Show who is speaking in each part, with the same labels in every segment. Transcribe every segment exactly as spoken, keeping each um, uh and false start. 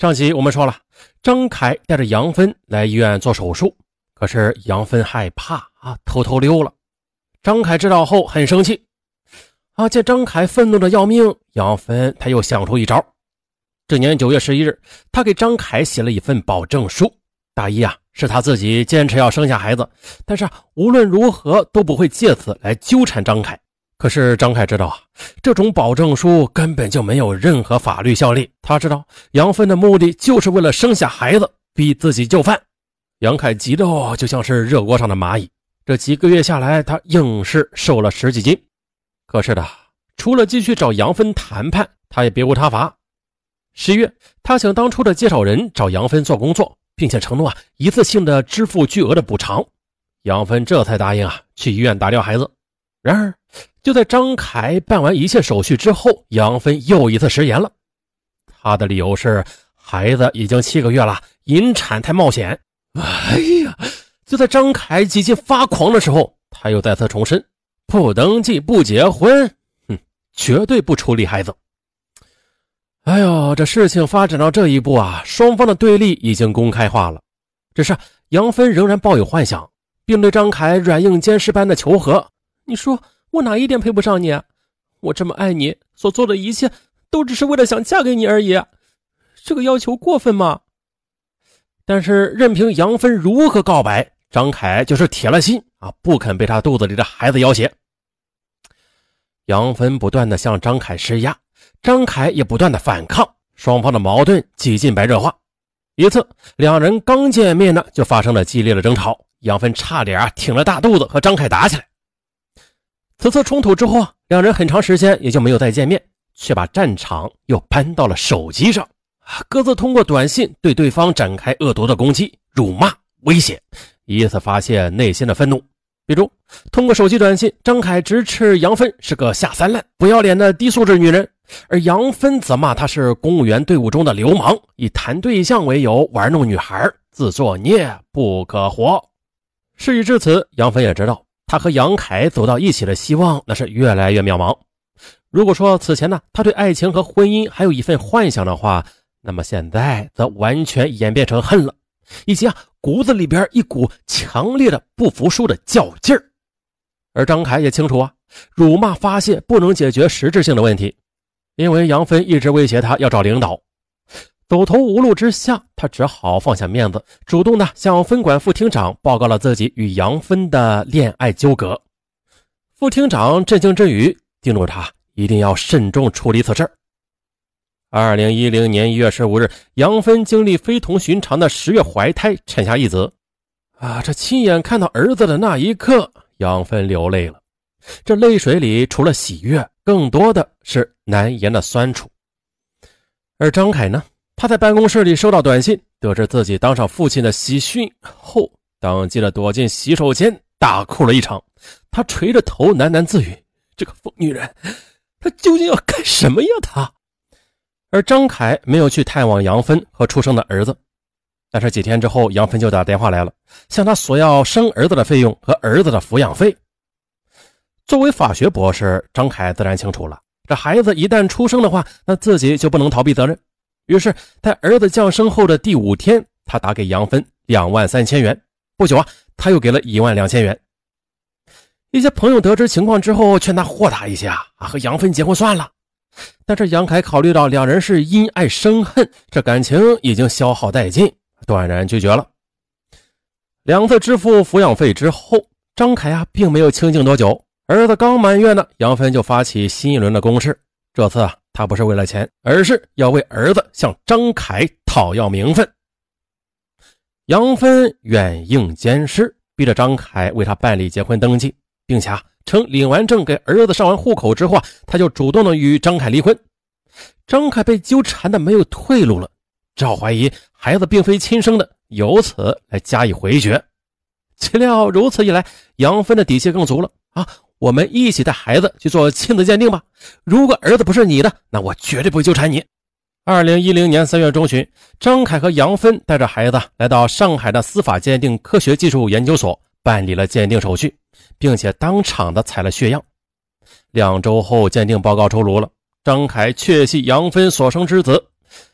Speaker 1: 上集我们说了，张凯带着杨芬来医院做手术，可是杨芬害怕啊，偷偷溜了。张凯知道后很生气啊，见张凯愤怒的要命，杨芬他又想出一招。这年九月十一日，他给张凯写了一份保证书，大意啊是他自己坚持要生下孩子，但是、啊、无论如何都不会借此来纠缠张凯。可是张凯知道啊，这种保证书根本就没有任何法律效力。他知道杨芬的目的就是为了生下孩子，逼自己就范。杨凯急得哦，就像是热锅上的蚂蚁。这几个月下来，他硬是瘦了十几斤。可是的，除了继续找杨芬谈判，他也别无他法。十一月，他请当初的介绍人找杨芬做工作，并且承诺啊一次性的支付巨额的补偿。杨芬这才答应啊去医院打掉孩子。然而就在张凯办完一切手续之后，杨芬又一次食言了。他的理由是孩子已经七个月了，引产太冒险。哎呀，就在张凯几近发狂的时候，他又再次重申不登记不结婚，哼，绝对不处理孩子。哎呦，这事情发展到这一步啊，双方的对立已经公开化了。只是杨芬仍然抱有幻想，并对张凯软硬兼施般的求和。你说我哪一点配不上你啊？我这么爱你，所做的一切都只是为了想嫁给你而已，这个要求过分吗？但是任凭杨芬如何告白，张凯就是铁了心啊，不肯被他肚子里的孩子要挟。杨芬不断的向张凯施压，张凯也不断的反抗，双方的矛盾几近白热化。一次两人刚见面呢，就发生了激烈的争吵，杨芬差点啊挺了大肚子和张凯打起来。此次冲突之后啊，两人很长时间也就没有再见面，却把战场又搬到了手机上，各自通过短信对对方展开恶毒的攻击、辱骂、威胁，以此发泄内心的愤怒。比如通过手机短信，张凯直斥杨芬是个下三滥、不要脸的低素质女人，而杨芬则骂她是公务员队伍中的流氓，以谈对象为由玩弄女孩，自作孽不可活。事已至此，杨芬也知道他和杨凯走到一起的希望那是越来越渺茫。如果说此前呢，他对爱情和婚姻还有一份幻想的话，那么现在则完全演变成恨了，以及啊骨子里边一股强烈的不服输的较劲儿。而张凯也清楚啊，辱骂发泄不能解决实质性的问题，因为杨芬一直威胁他要找领导。走投无路之下，他只好放下面子，主动的向分管副厅长报告了自己与杨芬的恋爱纠葛。副厅长震惊之余，叮嘱他一定要慎重处理此事。二零一零年一月十五日，杨芬经历非同寻常的十月怀胎，产下一子。啊，这亲眼看到儿子的那一刻，杨芬流泪了。这泪水里除了喜悦，更多的是难言的酸楚。而张凯呢，他在办公室里收到短信，得知自己当上父亲的喜讯后，当即的躲进洗手间大哭了一场。他垂着头喃喃自语，这个疯女人，她究竟要干什么呀她？而张凯没有去探望杨芬和出生的儿子，但是几天之后，杨芬就打电话来了，向他索要生儿子的费用和儿子的抚养费。作为法学博士，张凯自然清楚了，这孩子一旦出生的话，那自己就不能逃避责任。于是在儿子降生后的第五天，他打给杨芬两万三千元。不久啊，他又给了一万两千元。一些朋友得知情况之后，劝他豁达一些啊，和杨芬结婚算了。但是杨凯考虑到两人是因爱生恨，这感情已经消耗殆尽，断然拒绝了。两次支付抚养费之后，张凯啊并没有清静多久，儿子刚满月呢，杨芬就发起新一轮的攻势。这次啊，他不是为了钱，而是要为儿子向张凯讨要名分。杨芬软硬兼施，逼着张凯为他办理结婚登记，并且啊称领完证给儿子上完户口之后，他就主动的与张凯离婚。张凯被纠缠的没有退路了，只好怀疑孩子并非亲生的，由此来加以回绝。岂料如此一来，杨芬的底气更足了啊！我们一起带孩子去做亲子鉴定吧，如果儿子不是你的，那我绝对不会纠缠你。二零一零年三月中旬，张凯和杨芬带着孩子来到上海的司法鉴定科学技术研究所办理了鉴定手续，并且当场的采了血样。两周后，鉴定报告出炉了，张凯确系杨芬所生之子。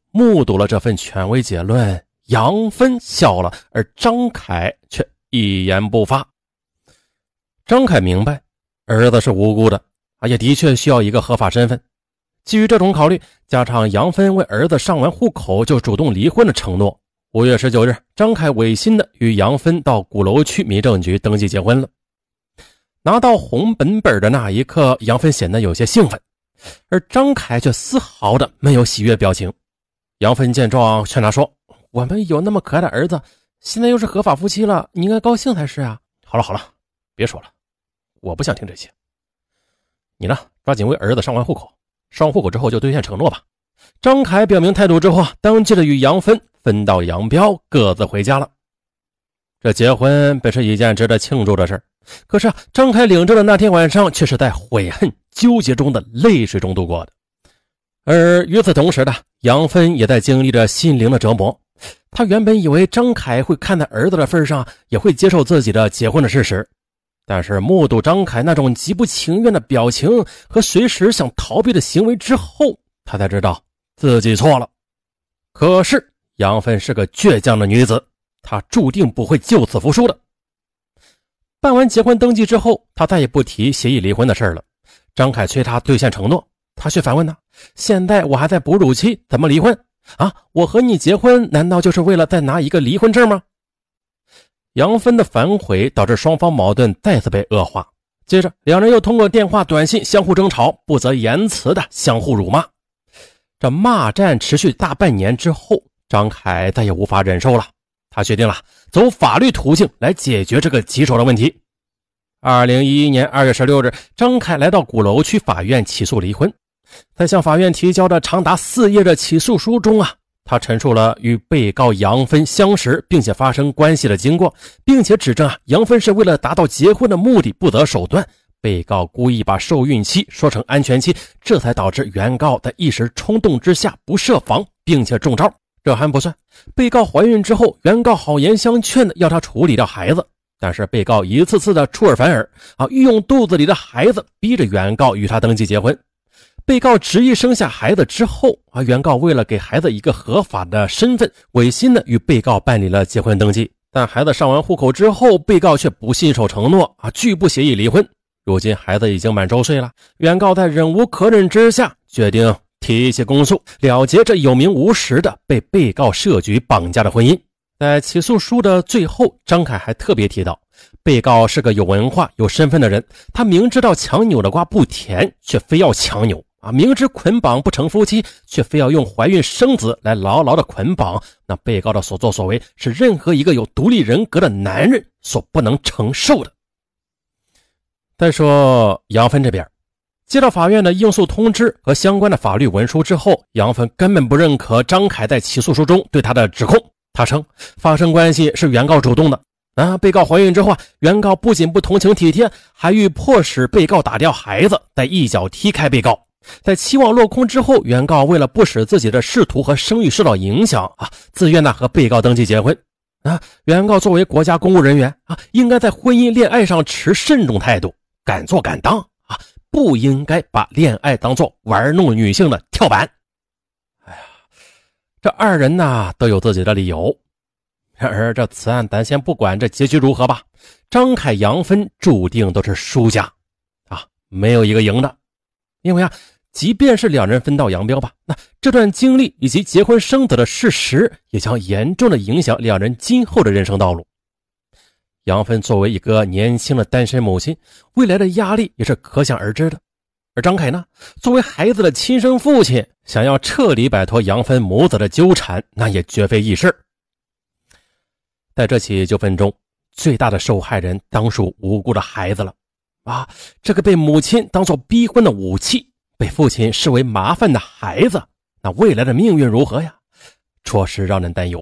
Speaker 1: 目睹了这份权威结论，杨芬笑了，而张凯却一言不发。张凯明白儿子是无辜的，也的确需要一个合法身份。基于这种考虑，加上杨芬为儿子上完户口就主动离婚的承诺，五月十九日，张凯违心的与杨芬到鼓楼区民政局登记结婚了。拿到红本本的那一刻，杨芬显得有些兴奋，而张凯却丝毫的没有喜悦表情。杨芬见状劝他说，我们有那么可爱的儿子，现在又是合法夫妻了，你应该高兴才是啊。好了好了，别说了，我不想听这些。你呢，抓紧为儿子上完户口，上完户口之后就兑现承诺吧。张凯表明态度之后，当即的与杨芬分道扬镳，各自回家了。这结婚本是一件值得庆祝的事，可是啊，张凯领证的那天晚上却是在悔恨纠结中的泪水中度过的。而与此同时的，杨芬也在经历着心灵的折磨。他原本以为张凯会看在儿子的份上，也会接受自己的结婚的事实，但是目睹张凯那种极不情愿的表情和随时想逃避的行为之后，他才知道自己错了。可是杨芬是个倔强的女子，她注定不会就此服输的。办完结婚登记之后，她再也不提协议离婚的事了。张凯催她兑现承诺，她却反问他，现在我还在哺乳期，怎么离婚啊？我和你结婚难道就是为了再拿一个离婚证吗？杨芬的反悔导致双方矛盾再次被恶化，接着两人又通过电话短信相互争吵，不择言辞的相互辱骂。这骂战持续大半年之后，张凯再也无法忍受了，他决定了走法律途径来解决这个棘手的问题。二零一一年二月十六日，张凯来到鼓楼区法院起诉离婚。在向法院提交的长达四页的起诉书中啊，他陈述了与被告杨芬相识并且发生关系的经过，并且指证啊杨芬是为了达到结婚的目的不择手段，被告故意把受孕期说成安全期，这才导致原告在一时冲动之下不设防并且中招。这还不算，被告怀孕之后，原告好言相劝的要他处理掉孩子，但是被告一次次的出尔反尔啊，运用肚子里的孩子逼着原告与他登记结婚。被告执意生下孩子之后啊，原告为了给孩子一个合法的身份，违心的与被告办理了结婚登记。但孩子上完户口之后，被告却不信守承诺啊，拒不协议离婚。如今孩子已经满周岁了，原告在忍无可忍之下，决定提起公诉，了结这有名无实的被被告设局绑架的婚姻。在起诉书的最后，张凯还特别提到，被告是个有文化有身份的人，他明知道强扭的瓜不甜，却非要强扭啊！明知捆绑不成夫妻，却非要用怀孕生子来牢牢的捆绑。那被告的所作所为是任何一个有独立人格的男人所不能承受的。再说杨芬这边，接到法院的应诉通知和相关的法律文书之后，杨芬根本不认可张凯在起诉书中对他的指控。他称发生关系是原告主动的啊，被告怀孕之后啊，原告不仅不同情体贴，还欲迫使被告打掉孩子，再一脚踢开被告。在期望落空之后，原告为了不使自己的仕途和声誉受到影响啊，自愿的和被告登记结婚啊。原告作为国家公务人员啊，应该在婚姻恋爱上持慎重态度，敢做敢当啊，不应该把恋爱当作玩弄女性的跳板。哎呀，这二人呢都有自己的理由。然而这此案咱先不管这结局如何吧，张凯杨芬注定都是输家啊，没有一个赢的。因为啊，即便是两人分道扬镳吧，那这段经历以及结婚生子的事实也将严重的影响两人今后的人生道路。杨芬作为一个年轻的单身母亲，未来的压力也是可想而知的。而张凯呢，作为孩子的亲生父亲，想要彻底摆脱杨芬母子的纠缠，那也绝非易事。在这起纠纷中，最大的受害人当属无辜的孩子了啊！这个被母亲当作逼婚的武器，被父亲视为麻烦的孩子，那未来的命运如何呀？着实让人担忧。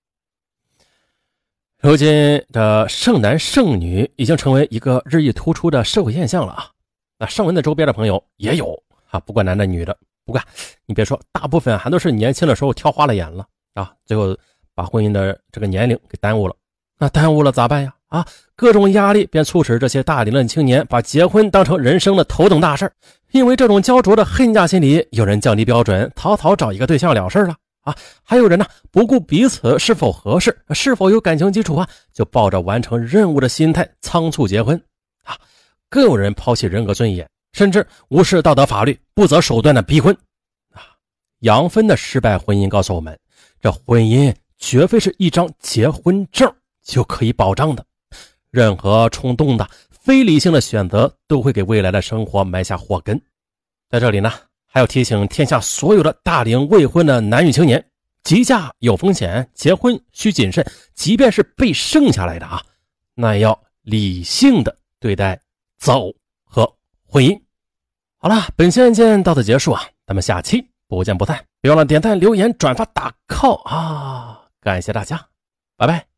Speaker 1: 如今这剩男剩女已经成为一个日益突出的社会现象了啊！那上文的周边的朋友也有啊，不管男的女的，不管你别说，大部分还都是年轻的时候挑花了眼了啊，最后把婚姻的这个年龄给耽误了。那耽误了咋办呀？啊，各种压力便促使这些大龄的青年把结婚当成人生的头等大事。因为这种焦灼的恨嫁心理，有人降低标准，草草找一个对象了事了啊，还有人呢，不顾彼此是否合适，是否有感情基础啊，就抱着完成任务的心态仓促结婚啊。更有人抛弃人格尊严，甚至无视道德法律，不择手段的逼婚啊。杨芬的失败婚姻告诉我们，这婚姻绝非是一张结婚证就可以保障的，任何冲动的非理性的选择都会给未来的生活埋下祸根。在这里呢，还要提醒天下所有的大龄未婚的男女青年，急嫁有风险，结婚需谨慎，即便是被剩下来的啊，那也要理性的对待择偶和婚姻。好了，本期案件到此结束啊，咱们下期不见不散，别忘了点赞、留言、转发、打 call 啊！感谢大家，拜拜。